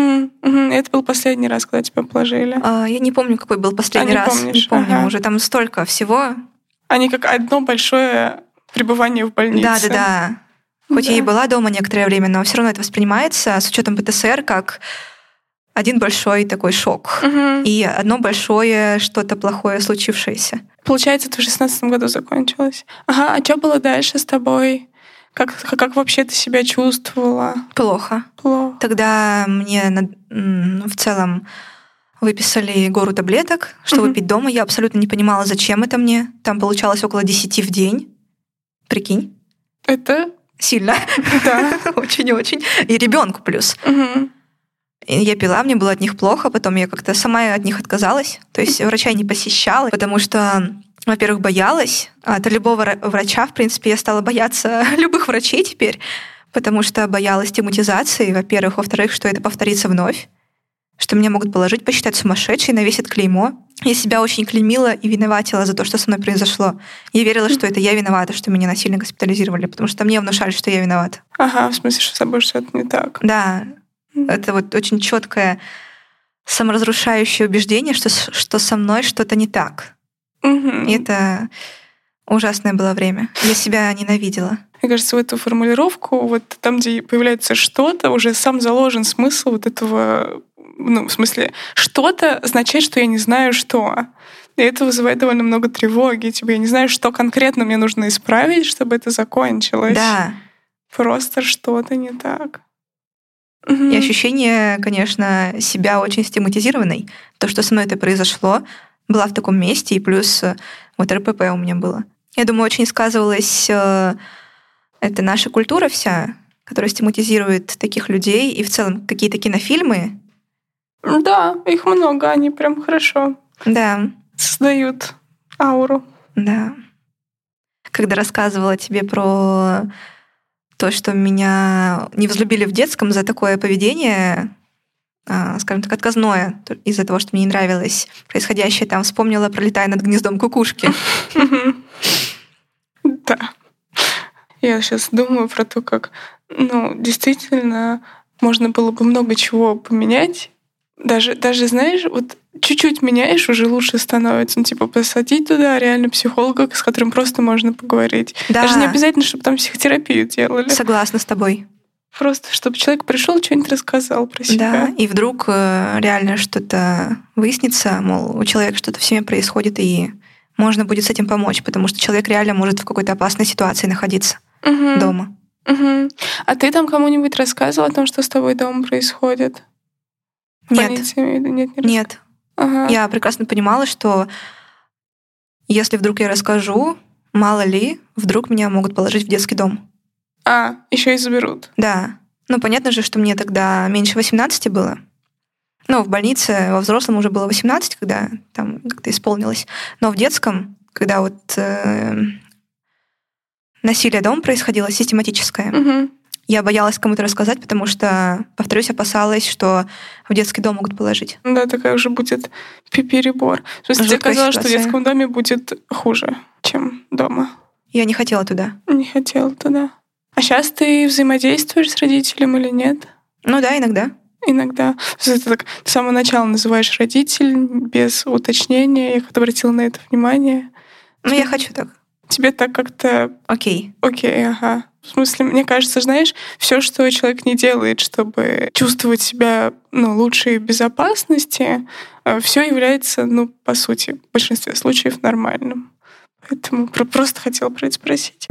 Это был последний раз, когда тебя положили? Я не помню, какой был последний раз. Помнишь? Не помню. Уже там столько всего. Они как одно большое пребывание в больнице. Да. Хоть я и была дома некоторое время, но все равно это воспринимается с учетом ПТСР как один большой такой шок. И одно большое что-то плохое случившееся. Получается, это в 16 году закончилось. Ага, а что было дальше с тобой? Как вообще ты себя чувствовала? Плохо. Тогда мне в целом выписали гору таблеток, чтобы пить дома. Я абсолютно не понимала, зачем это мне. Там получалось около 10 в день. Прикинь. Это сильно. Да. Очень-очень. И ребенку плюс. И я пила, мне было от них плохо, потом я как-то сама от них отказалась. То есть врача не посещала, потому что, во-первых, боялась. От любого врача, в принципе, я стала бояться любых врачей теперь, потому что боялась стигматизации, во-первых. Во-вторых, что это повторится вновь, что меня могут положить, посчитать сумасшедшей, навесят клеймо. Я себя очень клеймила и виноватила за то, что со мной произошло. Я верила, что это я виновата, что меня насильно госпитализировали, потому что мне внушали, что я виновата. Ага, в смысле, что с тобой что-то не так. Да. Это вот очень четкое саморазрушающее убеждение, что со мной что-то не так. И это ужасное было время. Я себя ненавидела. Мне кажется, в эту формулировку, вот там, где появляется что-то, уже сам заложен смысл вот этого, в смысле, что-то означает, что я не знаю, что. И это вызывает довольно много тревоги. Типа, я не знаю, что конкретно мне нужно исправить, чтобы это закончилось. Да. Просто что-то не так. И ощущение, конечно, себя очень стигматизированной. То, что со мной это произошло, была в таком месте, и плюс вот РПП у меня было. Я думаю, очень сказывалась это наша культура вся, которая стигматизирует таких людей, и в целом какие-то кинофильмы. Да, их много, они прям хорошо создают ауру. Да. Когда рассказывала тебе про то, что меня не возлюбили в детском за такое поведение, скажем так, отказное, из-за того, что мне не нравилось происходящее, там вспомнила, пролетая над гнездом кукушки. Да. Я сейчас думаю про то, как, действительно, можно было бы много чего поменять. Даже, знаешь, вот чуть-чуть меняешь, уже лучше становится. Посадить туда реально психолога, с которым просто можно поговорить. Да. Даже не обязательно, чтобы там психотерапию делали. Согласна с тобой. Просто, чтобы человек пришел, что-нибудь рассказал про себя. Да, и вдруг реально что-то выяснится, мол, у человека что-то в семье происходит, и можно будет с этим помочь, потому что человек реально может в какой-то опасной ситуации находиться дома. А ты там кому-нибудь рассказывала о том, что с тобой дома происходит? Нет. Ага. Я прекрасно понимала, что если вдруг я расскажу, мало ли, вдруг меня могут положить в детский дом. Еще и заберут. Да. Понятно же, что мне тогда меньше 18 было. В больнице во взрослом уже было 18, когда там как-то исполнилось. Но в детском, когда вот насилие дома происходило систематическое, я боялась кому-то рассказать, потому что, повторюсь, опасалась, что в детский дом могут положить. Да, такая уже будет перебор. В смысле, тебе казалось, что в детском доме будет хуже, чем дома? Я не хотела туда. Не хотела туда. А сейчас ты взаимодействуешь с родителем или нет? Да, иногда. Иногда. Ты так с самого начала называешь родитель без уточнения. Я как-то обратила на это внимание. Я хочу так. Тебе так как-то... Окей, ага. В смысле, мне кажется, знаешь, все, что человек не делает, чтобы чувствовать себя лучше и в безопасности, все является, по сути, в большинстве случаев нормальным. Поэтому просто хотела про это спросить.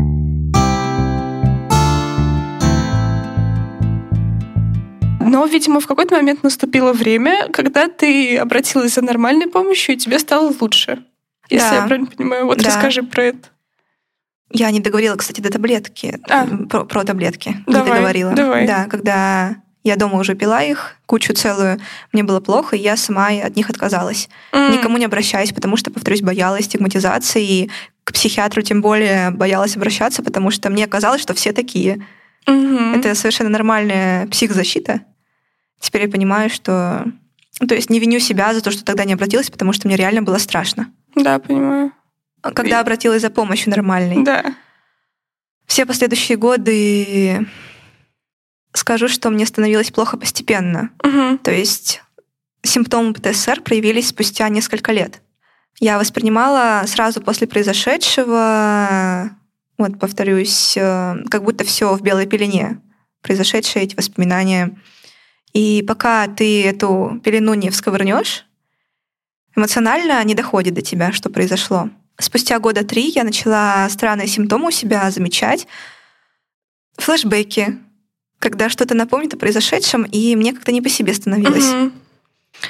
Но, видимо, в какой-то момент наступило время, когда ты обратилась за нормальной помощью, и тебе стало лучше. Если я правильно понимаю. Вот расскажи про это. Я не договорила, кстати, до таблетки. Про таблетки. Не договорила. Давай. Да, когда я дома уже пила их, кучу целую, мне было плохо, и я сама от них отказалась. Никому не обращаясь, потому что, повторюсь, боялась стигматизации, и к психиатру тем более боялась обращаться, потому что мне казалось, что все такие. Это совершенно нормальная психзащита. Теперь я понимаю, что... То есть не виню себя за то, что тогда не обратилась, потому что мне реально было страшно. Да, понимаю. Когда обратилась за помощью нормальной. Да. Все последующие годы скажу, что мне становилось плохо постепенно. То есть симптомы ПТСР проявились спустя несколько лет. Я воспринимала сразу после произошедшего, повторюсь, как будто все в белой пелене. Произошедшие эти воспоминания. И пока ты эту пелену не всковырнешь, эмоционально не доходит до тебя, что произошло. Спустя 3 года я начала странные симптомы у себя замечать. Флэшбэки, когда что-то напомнит о произошедшем, и мне как-то не по себе становилось.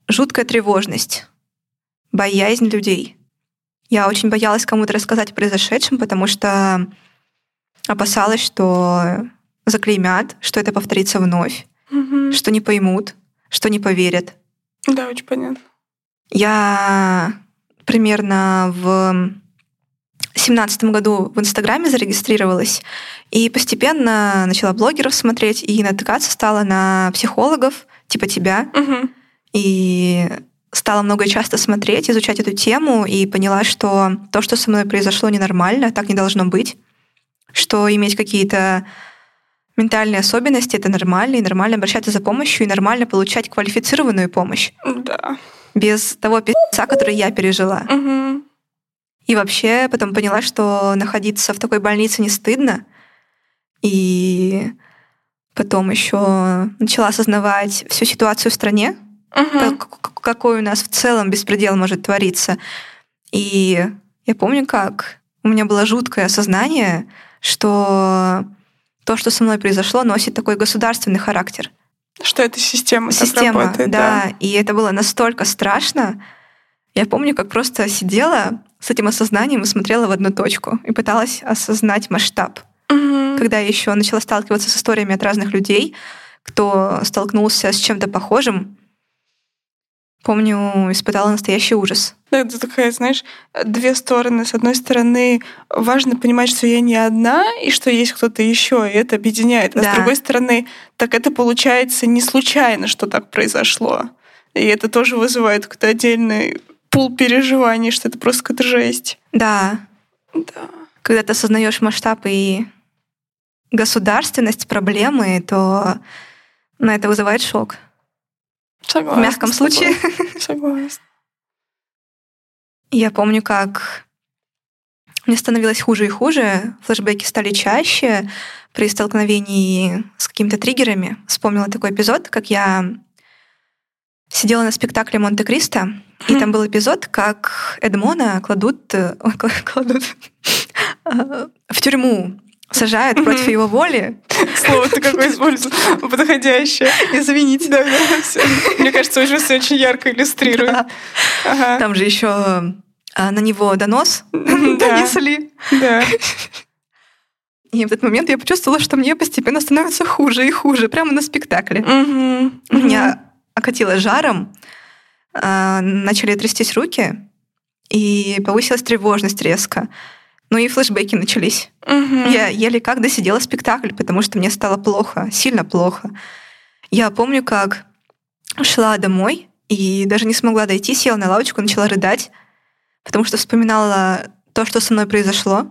жуткая тревожность, боязнь людей. Я очень боялась кому-то рассказать о произошедшем, потому что опасалась, что заклеймят, что это повторится вновь, что не поймут, что не поверят. Да, очень понятно. Я примерно в 2017 году в Инстаграме зарегистрировалась и постепенно начала блогеров смотреть и натыкаться стала на психологов типа тебя. И стала много и часто смотреть, изучать эту тему и поняла, что то, что со мной произошло, ненормально, так не должно быть, что иметь какие-то ментальные особенности — это нормально, и нормально обращаться за помощью, и нормально получать квалифицированную помощь. Да. Без того пи***ца, который я пережила. И вообще потом поняла, что находиться в такой больнице не стыдно. И потом еще начала осознавать всю ситуацию в стране, какой у нас в целом беспредел может твориться. И я помню, как у меня было жуткое осознание, что то, что со мной произошло, носит такой государственный характер. Что эта система так работает. Да. И это было настолько страшно. Я помню, как просто сидела с этим осознанием и смотрела в одну точку и пыталась осознать масштаб. Когда я еще начала сталкиваться с историями от разных людей, кто столкнулся с чем-то похожим, помню, испытала настоящий ужас. Да, это такая, знаешь, две стороны. С одной стороны, важно понимать, что я не одна, и что есть кто-то еще, и это объединяет. А с другой стороны, так это получается не случайно, что так произошло. И это тоже вызывает какой-то отдельный пул переживаний, что это просто какая-то жесть. Да. Когда ты осознаешь масштаб и государственность проблемы, то это вызывает шок. Согласна. В мягком случае. Согласна. Я помню, как мне становилось хуже и хуже, флешбеки стали чаще при столкновении с какими-то триггерами. Вспомнила такой эпизод, как я сидела на спектакле «Монте-Кристо», и там был эпизод, как Эдмона кладут в тюрьму, сажают против его воли. Слово ты какое используешь? Подходящее. Извините. Да, все. Мне кажется, уже все очень ярко иллюстрирует. Да. Ага. Там же еще на него донос донесли. Да. И в этот момент я почувствовала, что мне постепенно становится хуже и хуже, прямо на спектакле. Меня окатило жаром, начали трястись руки, и повысилась тревожность резко. Ну и флешбеки начались. Я еле как досидела спектакль, потому что мне стало плохо, сильно плохо. Я помню, как шла домой и даже не смогла дойти, села на лавочку, начала рыдать, потому что вспоминала то, что со мной произошло,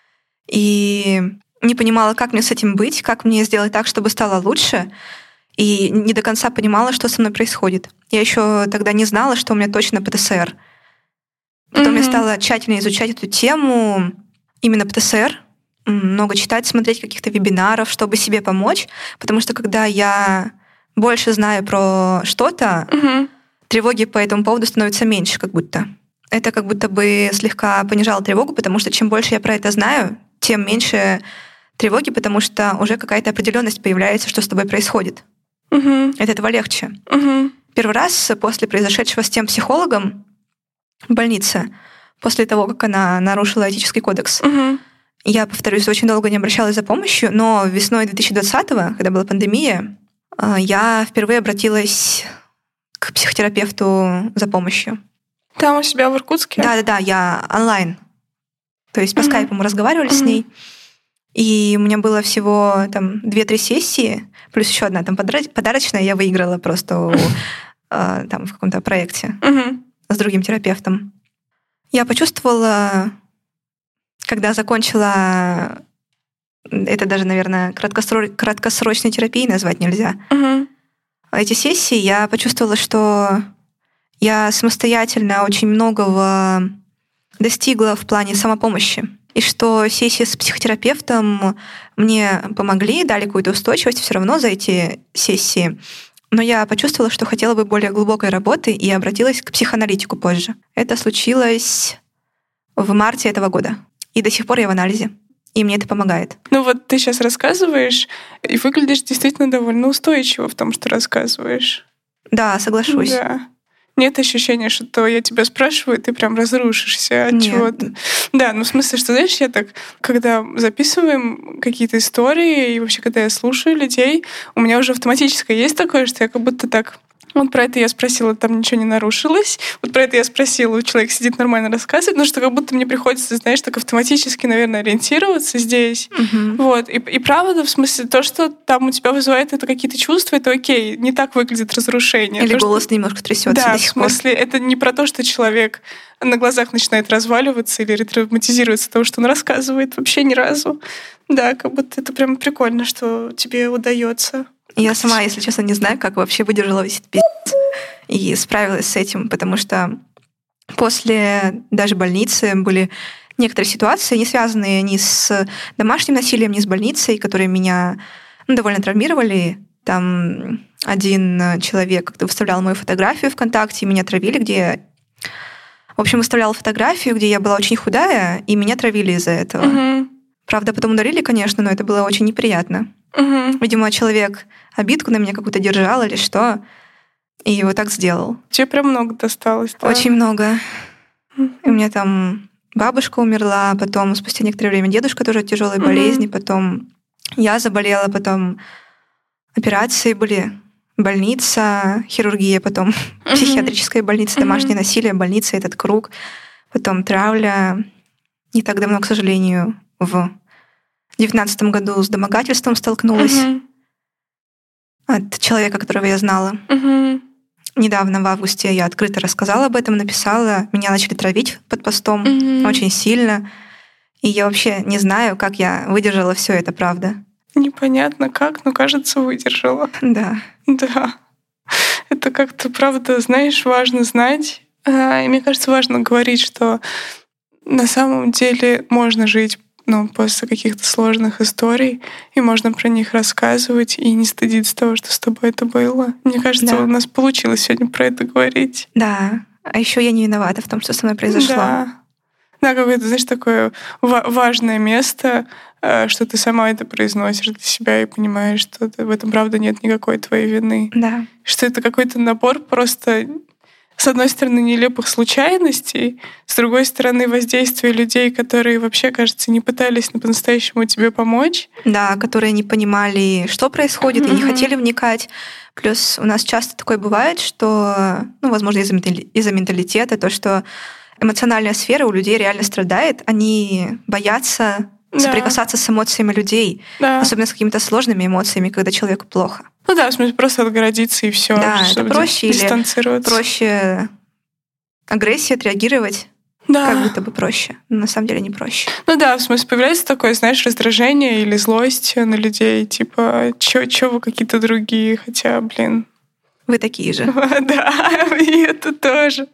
и не понимала, как мне с этим быть, как мне сделать так, чтобы стало лучше, и не до конца понимала, что со мной происходит. Я еще тогда не знала, что у меня точно ПТСР. Потом я стала тщательно изучать эту тему, именно ПТСР, много читать, смотреть каких-то вебинаров, чтобы себе помочь, потому что когда я больше знаю про что-то, тревоги по этому поводу становится меньше как будто. Это как будто бы слегка понижало тревогу, потому что чем больше я про это знаю, тем меньше тревоги, потому что уже какая-то определенность появляется, что с тобой происходит. От этого легче. Первый раз после произошедшего с тем психологом в больнице, после того, как она нарушила этический кодекс, я, повторюсь, очень долго не обращалась за помощью, но весной 2020-го, когда была пандемия, я впервые обратилась к психотерапевту за помощью. Там у себя в Иркутске? Да, я онлайн. То есть по скайпу мы разговаривали с ней. И у меня было всего там 2-3 сессии, плюс еще одна там подарочная, я выиграла просто там в каком-то проекте с другим терапевтом. Я почувствовала, когда закончила, это даже, наверное, краткосрочной терапией назвать нельзя. Эти сессии я почувствовала, что я самостоятельно очень многого достигла в плане самопомощи. И что сессии с психотерапевтом мне помогли, дали какую-то устойчивость все равно за эти сессии. Но я почувствовала, что хотела бы более глубокой работы и обратилась к психоаналитику позже. Это случилось в марте этого года. И до сих пор я в анализе. И мне это помогает. Ну вот ты сейчас рассказываешь, и выглядишь действительно довольно устойчиво в том, что рассказываешь. Да, соглашусь. Да. Нет ощущения, что я тебя спрашиваю, ты прям разрушишься от чего-то. Да, в смысле, что, знаешь, я так, когда записываем какие-то истории, и вообще, когда я слушаю людей, у меня уже автоматически есть такое, что я как будто так... Вот про это я спросила, там ничего не нарушилось. Вот про это я спросила, человек сидит нормально рассказывает, но что как будто мне приходится, знаешь, так автоматически, наверное, ориентироваться здесь. Вот. И правда, в смысле, то, что там у тебя вызывает это какие-то чувства, это окей, не так выглядит разрушение. Или то, голос что... немножко трясется да, до сих пор. в смысле, это не про то, что человек на глазах начинает разваливаться или ретравматизируется от того, что он рассказывает, вообще ни разу. Да, как будто это прям прикольно, что тебе удается. Я сама, если честно, не знаю, как вообще выдержала весь этот пиздец и справилась с этим, потому что после даже больницы были некоторые ситуации, не связанные ни с домашним насилием, ни с больницей, которые меня довольно травмировали. Там один человек как-то выставлял мою фотографию ВКонтакте, и меня травили, где... В общем, выставлял фотографию, где я была очень худая, и меня травили из-за этого. Правда, потом удалили, конечно, но это было очень неприятно. Видимо, человек обидку на меня какую-то держал или что, и вот так сделал. Тебе прям много досталось, да? Очень много. И у меня там бабушка умерла, потом спустя некоторое время дедушка тоже от тяжелой болезни, потом я заболела, потом операции были, больница, хирургия, потом психиатрическая больница, домашнее насилие, больница, этот круг, потом травля. Не так давно, к сожалению, в 2019 году с домогательством столкнулась от человека, которого я знала. Недавно, в августе, я открыто рассказала об этом, написала. Меня начали травить под постом очень сильно. И я вообще не знаю, как я выдержала все это, правда. Непонятно как, но, кажется, выдержала. Да. Да. Это как-то, правда, знаешь, важно знать. И мне кажется, важно говорить, что на самом деле можно жить после каких-то сложных историй, и можно про них рассказывать и не стыдиться того, что с тобой это было. Мне кажется, у нас получилось сегодня про это говорить. Да. А еще я не виновата в том, что со мной произошло. Да, какое-то, знаешь, такое важное место, что ты сама это произносишь для себя и понимаешь, что в этом, правда, нет никакой твоей вины. Да. Что это какой-то набор просто... С одной стороны, нелепых случайностей, с другой стороны, воздействие людей, которые вообще, кажется, не пытались по-настоящему тебе помочь. Да, которые не понимали, что происходит, и не хотели вникать. Плюс у нас часто такое бывает, что, возможно, из-за менталитета, то, что эмоциональная сфера у людей реально страдает, они боятся соприкасаться с эмоциями людей, особенно с какими-то сложными эмоциями, когда человеку плохо. В смысле, просто отгородиться и все. Да, это проще, дистанцироваться. Или проще агрессия, отреагировать. Как будто бы проще. Но на самом деле не проще. В смысле, появляется такое, знаешь, раздражение или злость на людей, типа, чё вы какие-то другие, хотя, блин. Вы такие же. Да, и это тоже.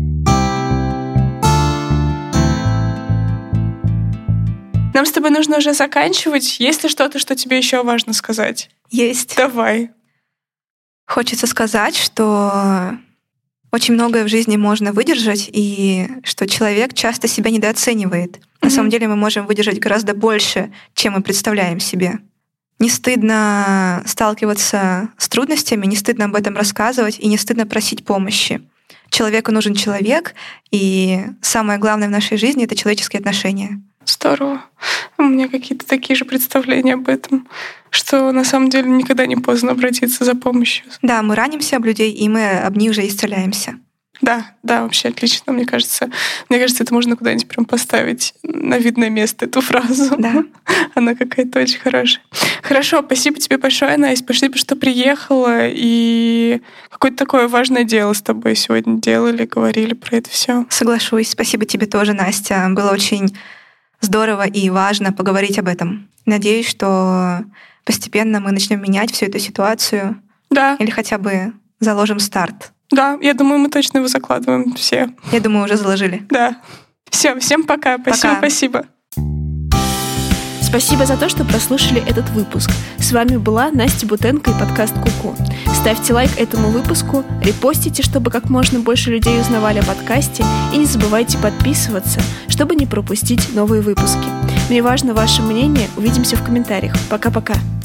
Нам с тобой нужно уже заканчивать. Есть ли что-то, что тебе еще важно сказать? Есть. Давай. Хочется сказать, что очень многое в жизни можно выдержать, и что человек часто себя недооценивает. На самом деле мы можем выдержать гораздо больше, чем мы представляем себе. Не стыдно сталкиваться с трудностями, не стыдно об этом рассказывать и не стыдно просить помощи. Человеку нужен человек, и самое главное в нашей жизни — это человеческие отношения. Здорово. У меня какие-то такие же представления об этом, что на самом деле никогда не поздно обратиться за помощью. Да, мы ранимся об людей, и мы об них же исцеляемся. Да, вообще отлично. Мне кажется, это можно куда-нибудь прям поставить на видное место, эту фразу. Да. Она какая-то очень хорошая. Хорошо, спасибо тебе большое, Настя. Спасибо, что приехала. И какое-то такое важное дело с тобой сегодня делали, говорили про это все. Соглашусь. Спасибо тебе тоже, Настя. Было очень здорово и важно поговорить об этом. Надеюсь, что постепенно мы начнем менять всю эту ситуацию. Да. Или хотя бы заложим старт. Да, я думаю, мы точно его закладываем все. Я думаю, уже заложили. Да. Все, всем пока. Спасибо. Спасибо за то, что прослушали этот выпуск. С вами была Настя Бутенко и подкаст «Ку-ку». Ставьте лайк этому выпуску, репостите, чтобы как можно больше людей узнавали о подкасте, и не забывайте подписываться, чтобы не пропустить новые выпуски. Мне важно ваше мнение. Увидимся в комментариях. Пока-пока.